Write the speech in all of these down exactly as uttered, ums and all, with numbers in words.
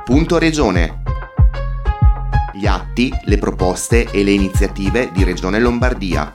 Punto Regione. Gli atti, le proposte e le iniziative di Regione Lombardia.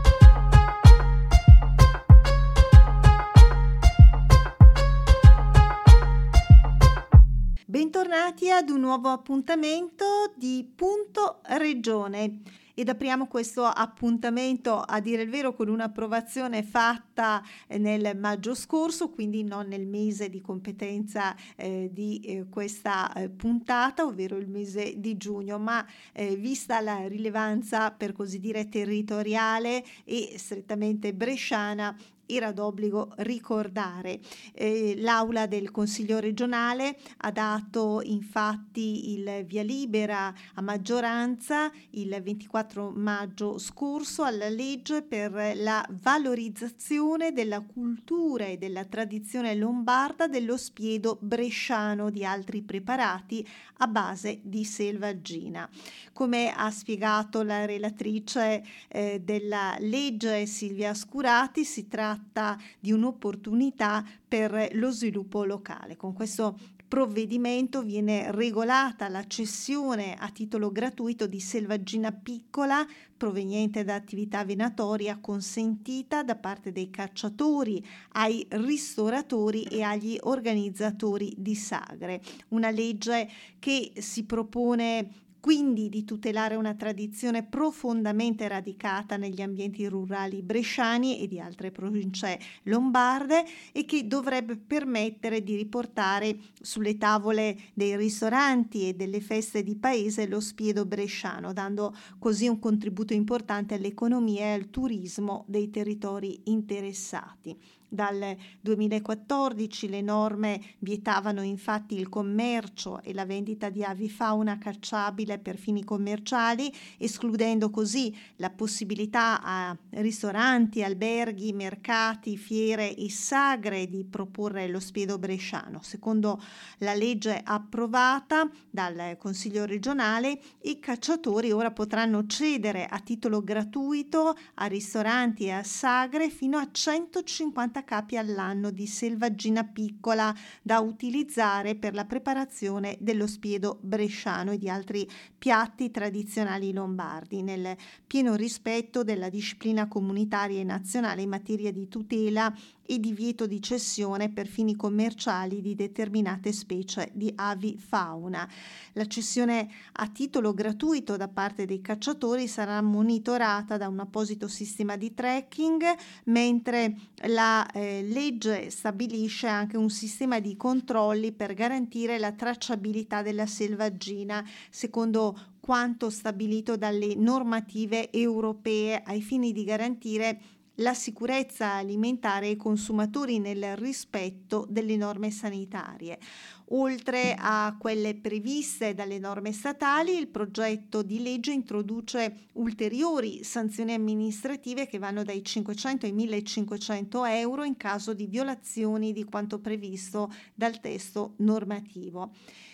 Bentornati ad un nuovo appuntamento di Punto Regione. Ed apriamo questo appuntamento, a dire il vero, con un'approvazione fatta nel maggio scorso, quindi non nel mese di competenza eh, di eh, questa eh, puntata, ovvero il mese di giugno, ma eh, vista la rilevanza, per così dire, territoriale e strettamente bresciana, era d'obbligo ricordare. Eh, L'aula del Consiglio regionale ha dato infatti il via libera a maggioranza il ventiquattro maggio scorso alla legge per la valorizzazione della cultura e della tradizione lombarda dello spiedo bresciano di altri preparati a base di selvaggina. Come ha spiegato la relatrice eh, della legge Silvia Scurati, si tratta di un'opportunità per lo sviluppo locale. Con questo provvedimento viene regolata la cessione a titolo gratuito di selvaggina piccola proveniente da attività venatoria consentita da parte dei cacciatori ai ristoratori e agli organizzatori di sagre. Una legge che si propone quindi di tutelare una tradizione profondamente radicata negli ambienti rurali bresciani e di altre province lombarde e che dovrebbe permettere di riportare sulle tavole dei ristoranti e delle feste di paese lo spiedo bresciano, dando così un contributo importante all'economia e al turismo dei territori interessati. Dal duemilaquattordici le norme vietavano infatti il commercio e la vendita di avifauna cacciabile per fini commerciali, escludendo così la possibilità a ristoranti, alberghi, mercati, fiere e sagre di proporre lo spiedo bresciano. Secondo la legge approvata dal Consiglio regionale, i cacciatori ora potranno cedere a titolo gratuito a ristoranti e a sagre fino a centocinquanta capi all'anno di selvaggina piccola da utilizzare per la preparazione dello spiedo bresciano e di altri piatti tradizionali lombardi, nel pieno rispetto della disciplina comunitaria e nazionale in materia di tutela e divieto di cessione per fini commerciali di determinate specie di avifauna. La cessione a titolo gratuito da parte dei cacciatori sarà monitorata da un apposito sistema di tracking, mentre la eh, legge stabilisce anche un sistema di controlli per garantire la tracciabilità della selvaggina, secondo quanto stabilito dalle normative europee ai fini di garantire la sicurezza alimentare ai consumatori nel rispetto delle norme sanitarie. Oltre a quelle previste dalle norme statali, il progetto di legge introduce ulteriori sanzioni amministrative che vanno dai cinquecento ai millecinquecento euro in caso di violazioni di quanto previsto dal testo normativo.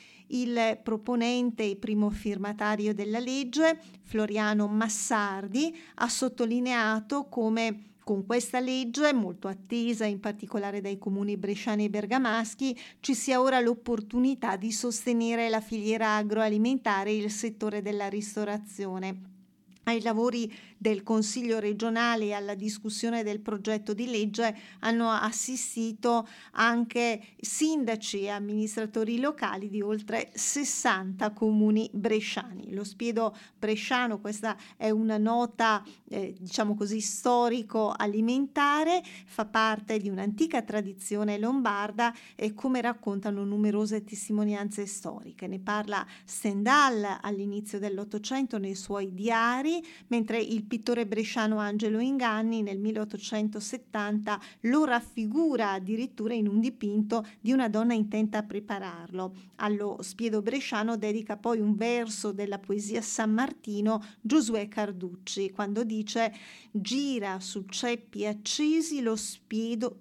Il proponente e primo firmatario della legge, Floriano Massardi, ha sottolineato come con questa legge, molto attesa in particolare dai comuni bresciani e bergamaschi, ci sia ora l'opportunità di sostenere la filiera agroalimentare e il settore della ristorazione. Ai lavori del Consiglio regionale e alla discussione del progetto di legge hanno assistito anche sindaci e amministratori locali di oltre sessanta comuni bresciani. Lo spiedo bresciano, questa è una nota eh, diciamo così storico-alimentare, fa parte di un'antica tradizione lombarda e come raccontano numerose testimonianze storiche. Ne parla Stendhal all'inizio dell'Ottocento nei suoi diari, mentre il pittore bresciano Angelo Inganni nel milleottocentosettanta lo raffigura addirittura in un dipinto di una donna intenta a prepararlo. Allo spiedo bresciano dedica poi un verso della poesia San Martino Giosuè Carducci, quando dice: gira su ceppi accesi lo spiedo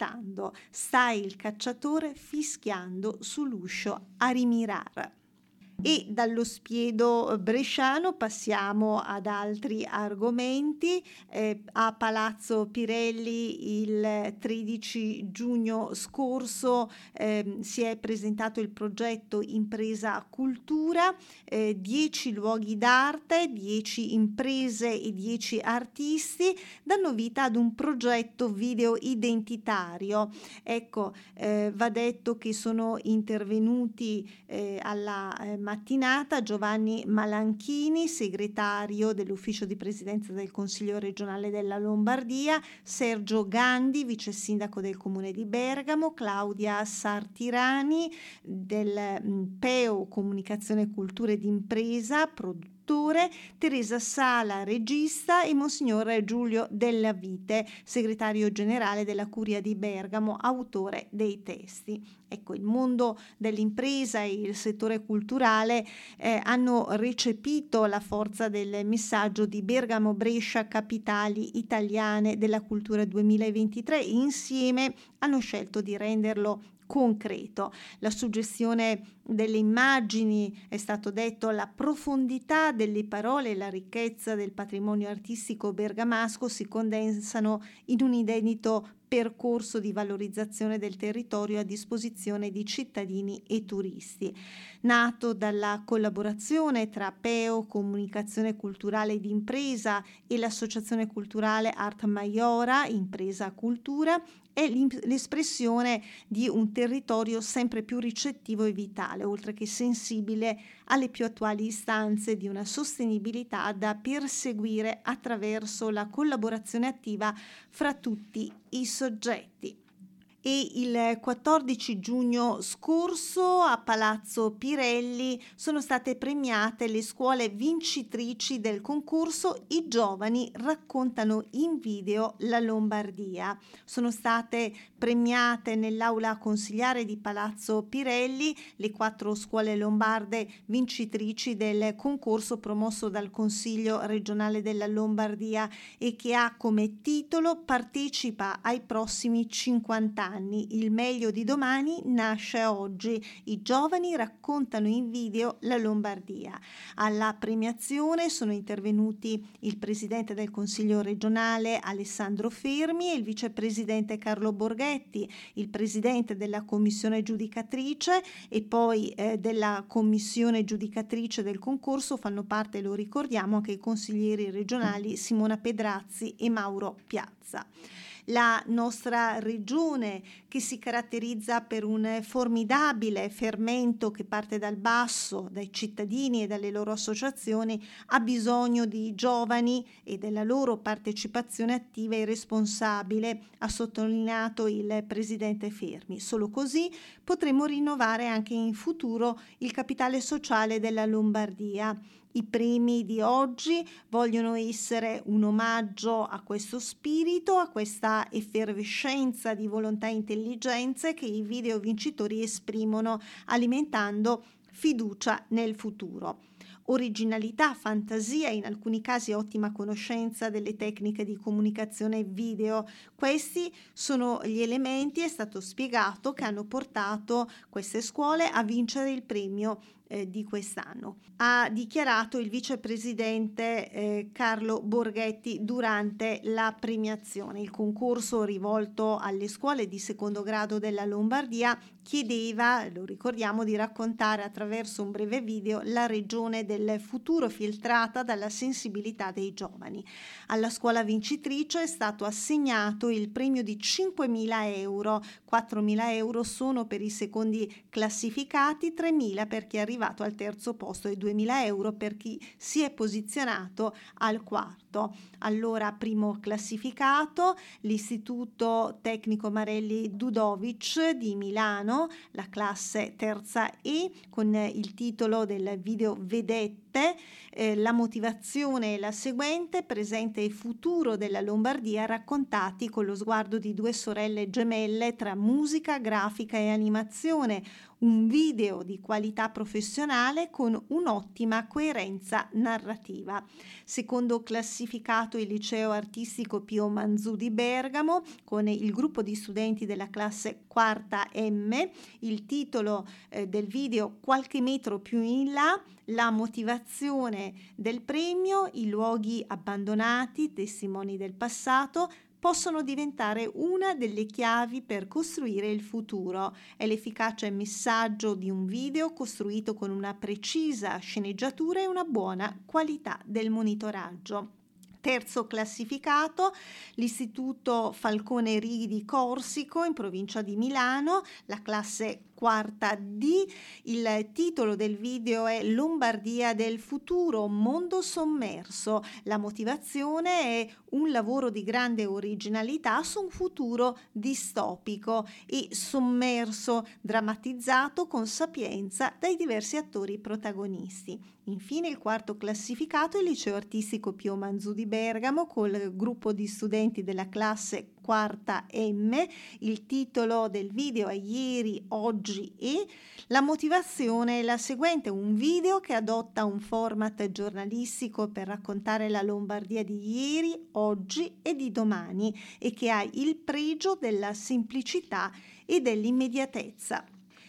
scoppiettando, sta il cacciatore fischiando sull'uscio a rimirar. E dallo spiedo bresciano passiamo ad altri argomenti. Eh, a Palazzo Pirelli il tredici giugno scorso eh, si è presentato il progetto Impresa Cultura, eh, dieci luoghi d'arte, dieci imprese e dieci artisti danno vita ad un progetto video identitario. Ecco, eh, va detto che sono intervenuti eh, alla eh, mattinata Giovanni Malanchini, segretario dell'ufficio di presidenza del Consiglio regionale della Lombardia, Sergio Gandi, vice sindaco del comune di Bergamo, Claudia Sartirani del P E O Comunicazione Cultura ed Impresa, produttore, Teresa Sala, regista, e Monsignor Giulio Della Vite, segretario generale della Curia di Bergamo, autore dei testi. Ecco, il mondo dell'impresa e il settore culturale eh, hanno recepito la forza del messaggio di Bergamo Brescia Capitali Italiane della Cultura duemilaventitré e insieme hanno scelto di renderlo concreto. La suggestione delle immagini, è stato detto, la profondità delle parole e la ricchezza del patrimonio artistico bergamasco si condensano in un inedito percorso di valorizzazione del territorio a disposizione di cittadini e turisti. Nato dalla collaborazione tra P E O, Comunicazione Culturale ed Impresa, e l'Associazione Culturale Art Maiora, Impresa Cultura, è l'espressione di un territorio sempre più ricettivo e vitale, oltre che sensibile alle più attuali istanze di una sostenibilità da perseguire attraverso la collaborazione attiva fra tutti i soggetti. E il quattordici giugno scorso a Palazzo Pirelli sono state premiate le scuole vincitrici del concorso I giovani raccontano in video la Lombardia. Sono state premiate nell'aula consigliare di Palazzo Pirelli le quattro scuole lombarde vincitrici del concorso promosso dal Consiglio regionale della Lombardia e che ha come titolo Partecipa ai prossimi cinquanta anni. Il meglio di domani nasce oggi. I giovani raccontano in video la Lombardia. Alla premiazione sono intervenuti il presidente del Consiglio regionale Alessandro Fermi e il vicepresidente Carlo Borghetti, il presidente della commissione giudicatrice e poi eh, della commissione giudicatrice del concorso fanno parte, lo ricordiamo, anche i consiglieri regionali Simona Pedrazzi e Mauro Piazza. La nostra regione, che si caratterizza per un formidabile fermento che parte dal basso, dai cittadini e dalle loro associazioni, ha bisogno di giovani e della loro partecipazione attiva e responsabile, ha sottolineato il presidente Fermi. Solo così potremo rinnovare anche in futuro il capitale sociale della Lombardia. I premi di oggi vogliono essere un omaggio a questo spirito, a questa effervescenza di volontà e intelligenze che i video vincitori esprimono, alimentando fiducia nel futuro. Originalità, fantasia e in alcuni casi ottima conoscenza delle tecniche di comunicazione video. Questi sono gli elementi, è stato spiegato, che hanno portato queste scuole a vincere il premio eh, di quest'anno. Ha dichiarato il vicepresidente eh, Carlo Borghetti durante la premiazione. Il concorso rivolto alle scuole di secondo grado della Lombardia chiedeva, lo ricordiamo, di raccontare attraverso un breve video la regione del futuro filtrata dalla sensibilità dei giovani. Alla scuola vincitrice è stato assegnato il premio di cinquemila euro, quattromila euro sono per i secondi classificati, tremila per chi è arrivato al terzo posto e duemila euro per chi si è posizionato al quarto. Allora, primo classificato, l'Istituto Tecnico Marelli Dudovic di Milano, la classe terza E, con il titolo del video Vedette. Eh, la motivazione è la seguente: presente e futuro della Lombardia raccontati con lo sguardo di due sorelle gemelle tra musica, grafica e animazione, un video di qualità professionale professionale con un'ottima coerenza narrativa. Secondo classificato il liceo artistico Pio Manzù di Bergamo con il gruppo di studenti della classe quarta M, il titolo eh, del video Qualche metro più in là, la motivazione del premio, i luoghi abbandonati, testimoni del passato, possono diventare una delle chiavi per costruire il futuro. È l'efficace messaggio di un video costruito con una precisa sceneggiatura e una buona qualità del monitoraggio. Terzo classificato, l'Istituto Falcone Righi di Corsico in provincia di Milano, la classe quarta D. Il titolo del video è Lombardia del futuro, mondo sommerso. La motivazione è un lavoro di grande originalità su un futuro distopico e sommerso, drammatizzato con sapienza dai diversi attori protagonisti. Infine il quarto classificato è il liceo artistico Pio Manzù di Bergamo col gruppo di studenti della classe quarta M. Il titolo del video è Ieri, oggi e la motivazione è la seguente: un video che adotta un format giornalistico per raccontare la Lombardia di ieri, oggi e di domani e che ha il pregio della semplicità e dell'immediatezza.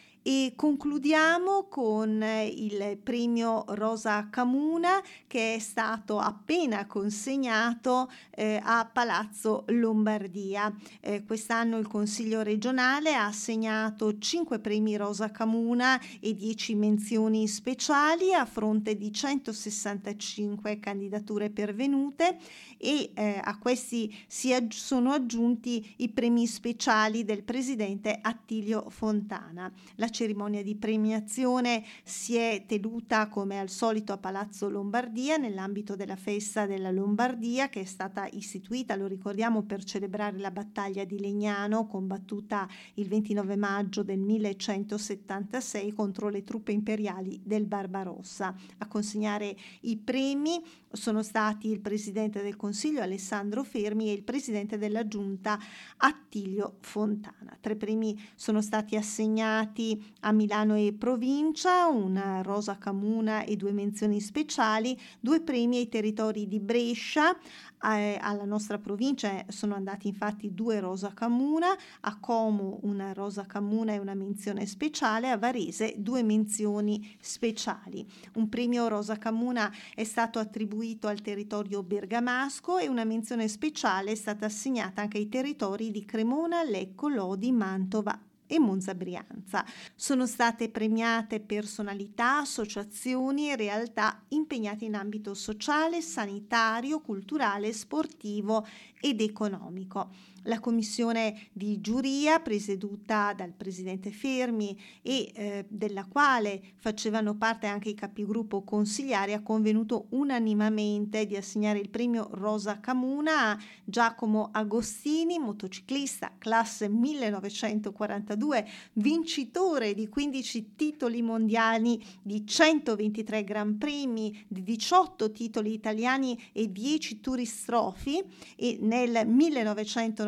E concludiamo con il premio Rosa Camuna che è stato appena consegnato eh, a Palazzo Lombardia. Eh, quest'anno il Consiglio regionale ha assegnato cinque premi Rosa Camuna e dieci menzioni speciali a fronte di centosessantacinque candidature pervenute e eh, a questi si aggi- sono aggiunti i premi speciali del presidente Attilio Fontana. La cerimonia di premiazione si è tenuta come al solito a Palazzo Lombardia nell'ambito della festa della Lombardia che è stata istituita, lo ricordiamo, per celebrare la battaglia di Legnano combattuta il ventinove maggio del millecentosettantasei contro le truppe imperiali del Barbarossa. A consegnare i premi sono stati il presidente del Consiglio Alessandro Fermi e il presidente della Giunta Attilio Fontana. Tre premi sono stati assegnati a Milano e provincia, una Rosa Camuna e due menzioni speciali, due premi ai territori di Brescia. Eh, alla nostra provincia sono andati infatti due Rosa Camuna, a Como una Rosa Camuna e una menzione speciale, a Varese due menzioni speciali. Un premio Rosa Camuna è stato attribuito al territorio bergamasco e una menzione speciale è stata assegnata anche ai territori di Cremona, Lecco, Lodi, Mantova e Monza Brianza. Sono state premiate personalità, associazioni e realtà impegnate in ambito sociale, sanitario, culturale, sportivo ed economico. La commissione di giuria, presieduta dal presidente Fermi e eh, della quale facevano parte anche i capigruppo consigliari, ha convenuto unanimamente di assegnare il premio Rosa Camuna a Giacomo Agostini, motociclista classe millenovecentoquarantadue, vincitore di quindici titoli mondiali, di centoventitré gran premi, di diciotto titoli italiani e dieci Tourist Trophy, e nel millenovecentonovantanove,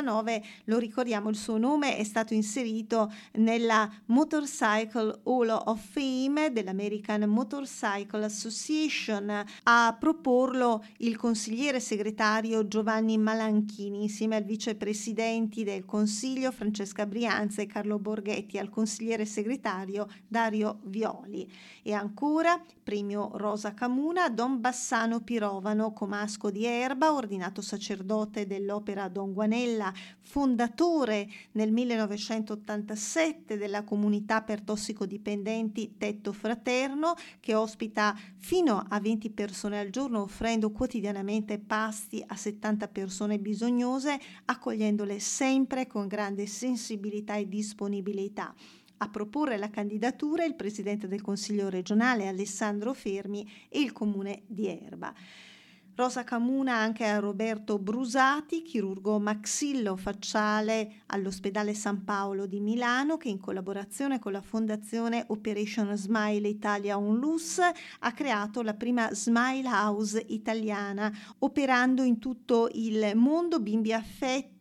lo ricordiamo, il suo nome è stato inserito nella Motorcycle Hall of Fame dell'American Motorcycle Association. A proporlo il consigliere segretario Giovanni Malanchini insieme al vicepresidenti del Consiglio Francesca Brianza e Carlo Borghetti, al consigliere segretario Dario Violi. E ancora premio Rosa Camuna Don Bassano Pirovano, comasco di Erba, ordinato sacerdote dell'opera Don Guanella, fondatore nel millenovecentottantasette della comunità per tossicodipendenti Tetto Fraterno, che ospita fino a venti persone al giorno, offrendo quotidianamente pasti a settanta persone bisognose, accogliendole sempre con grande sensibilità e disponibilità. A proporre la candidatura il presidente del Consiglio regionale Alessandro Fermi e il comune di Erba. Rosa Camuna anche a Roberto Brusati, chirurgo maxillofacciale all'ospedale San Paolo di Milano, che in collaborazione con la fondazione Operation Smile Italia Onlus ha creato la prima Smile House italiana, operando in tutto il mondo bimbi affetti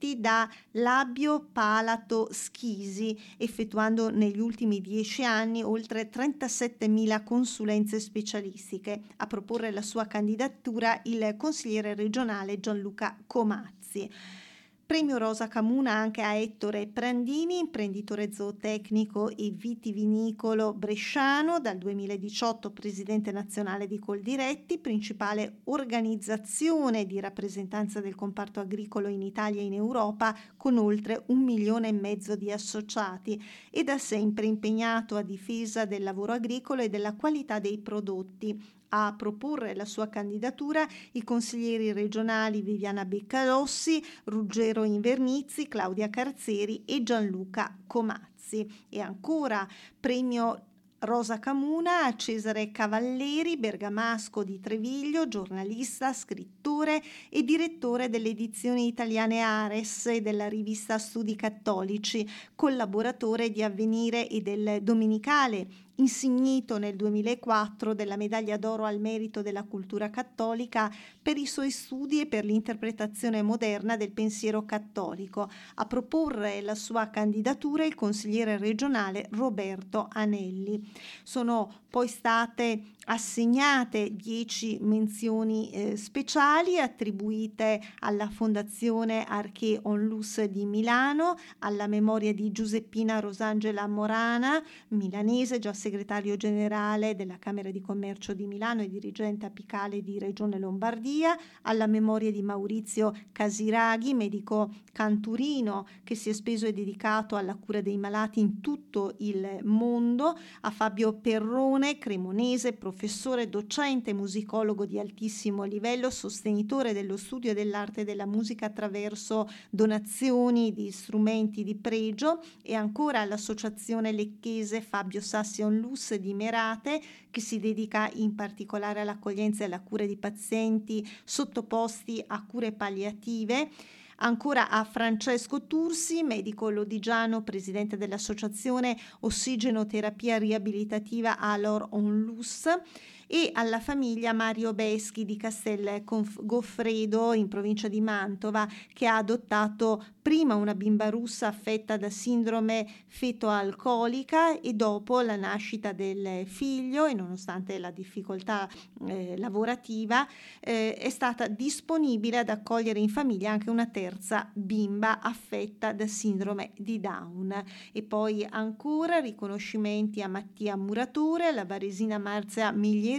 diretti da Labio Palato Schisi, effettuando negli ultimi dieci anni oltre trentasettemila consulenze specialistiche. A proporre la sua candidatura il consigliere regionale Gianluca Comazzi. Premio Rosa Camuna anche a Ettore Prandini, imprenditore zootecnico e vitivinicolo bresciano, dal duemiladiciotto presidente nazionale di Coldiretti, principale organizzazione di rappresentanza del comparto agricolo in Italia e in Europa, con oltre un milione e mezzo di associati, e da sempre impegnato a difesa del lavoro agricolo e della qualità dei prodotti. A proporre la sua candidatura i consiglieri regionali Viviana Beccalossi, Ruggero Invernizzi, Claudia Carzeri e Gianluca Comazzi. E ancora premio Rosa Camuna a Cesare Cavalleri, bergamasco di Treviglio, giornalista, scrittore e direttore delle edizioni italiane Ares e della rivista Studi Cattolici, collaboratore di Avvenire e del Domenicale, insignito nel duemilaquattro della medaglia d'oro al merito della cultura cattolica per i suoi studi e per l'interpretazione moderna del pensiero cattolico. A proporre la sua candidatura il consigliere regionale Roberto Anelli. Sono poi state assegnate dieci menzioni eh, speciali attribuite alla Fondazione Arché Onlus di Milano, alla memoria di Giuseppina Rosangela Morana, milanese, già segretario generale della Camera di Commercio di Milano e dirigente apicale di Regione Lombardia, alla memoria di Maurizio Casiraghi, medico canturino che si è speso e dedicato alla cura dei malati in tutto il mondo, a Fabio Perrone, cremonese, professore, docente, musicologo di altissimo livello, sostenitore dello studio dell'arte e della musica attraverso donazioni di strumenti di pregio, e ancora all'associazione lecchese Fabio Sassi Onlus di Merate, che si dedica in particolare all'accoglienza e alla cura di pazienti sottoposti a cure palliative. Ancora a Francesco Tursi, medico lodigiano, presidente dell'associazione Ossigenoterapia Riabilitativa Alor Onlus, e alla famiglia Mario Beschi di Castel Goffredo in provincia di Mantova, che ha adottato prima una bimba russa affetta da sindrome feto-alcolica e dopo la nascita del figlio, e nonostante la difficoltà eh, lavorativa eh, è stata disponibile ad accogliere in famiglia anche una terza bimba affetta da sindrome di Down. E poi ancora riconoscimenti a Mattia Muratore, alla Varesina Marzia Miglierina,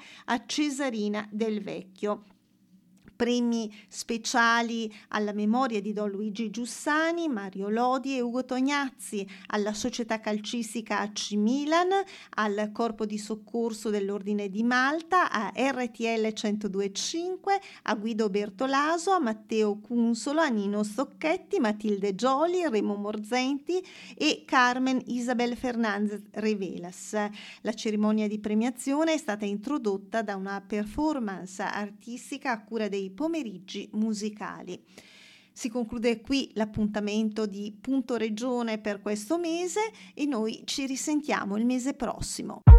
a Cesarina del Vecchio. Premi speciali alla memoria di Don Luigi Giussani, Mario Lodi e Ugo Tognazzi, alla Società Calcistica A C Milan, al Corpo di Soccorso dell'Ordine di Malta, a R T L centodue e cinque, a Guido Bertolaso, a Matteo Cunsolo, a Nino Stocchetti, Matilde Gioli, Remo Morzenti e Carmen Isabel Fernandez Revelas. La cerimonia di premiazione è stata introdotta da una performance artistica a cura dei pomeriggi musicali. Si conclude qui l'appuntamento di Punto Regione per questo mese e noi ci risentiamo il mese prossimo.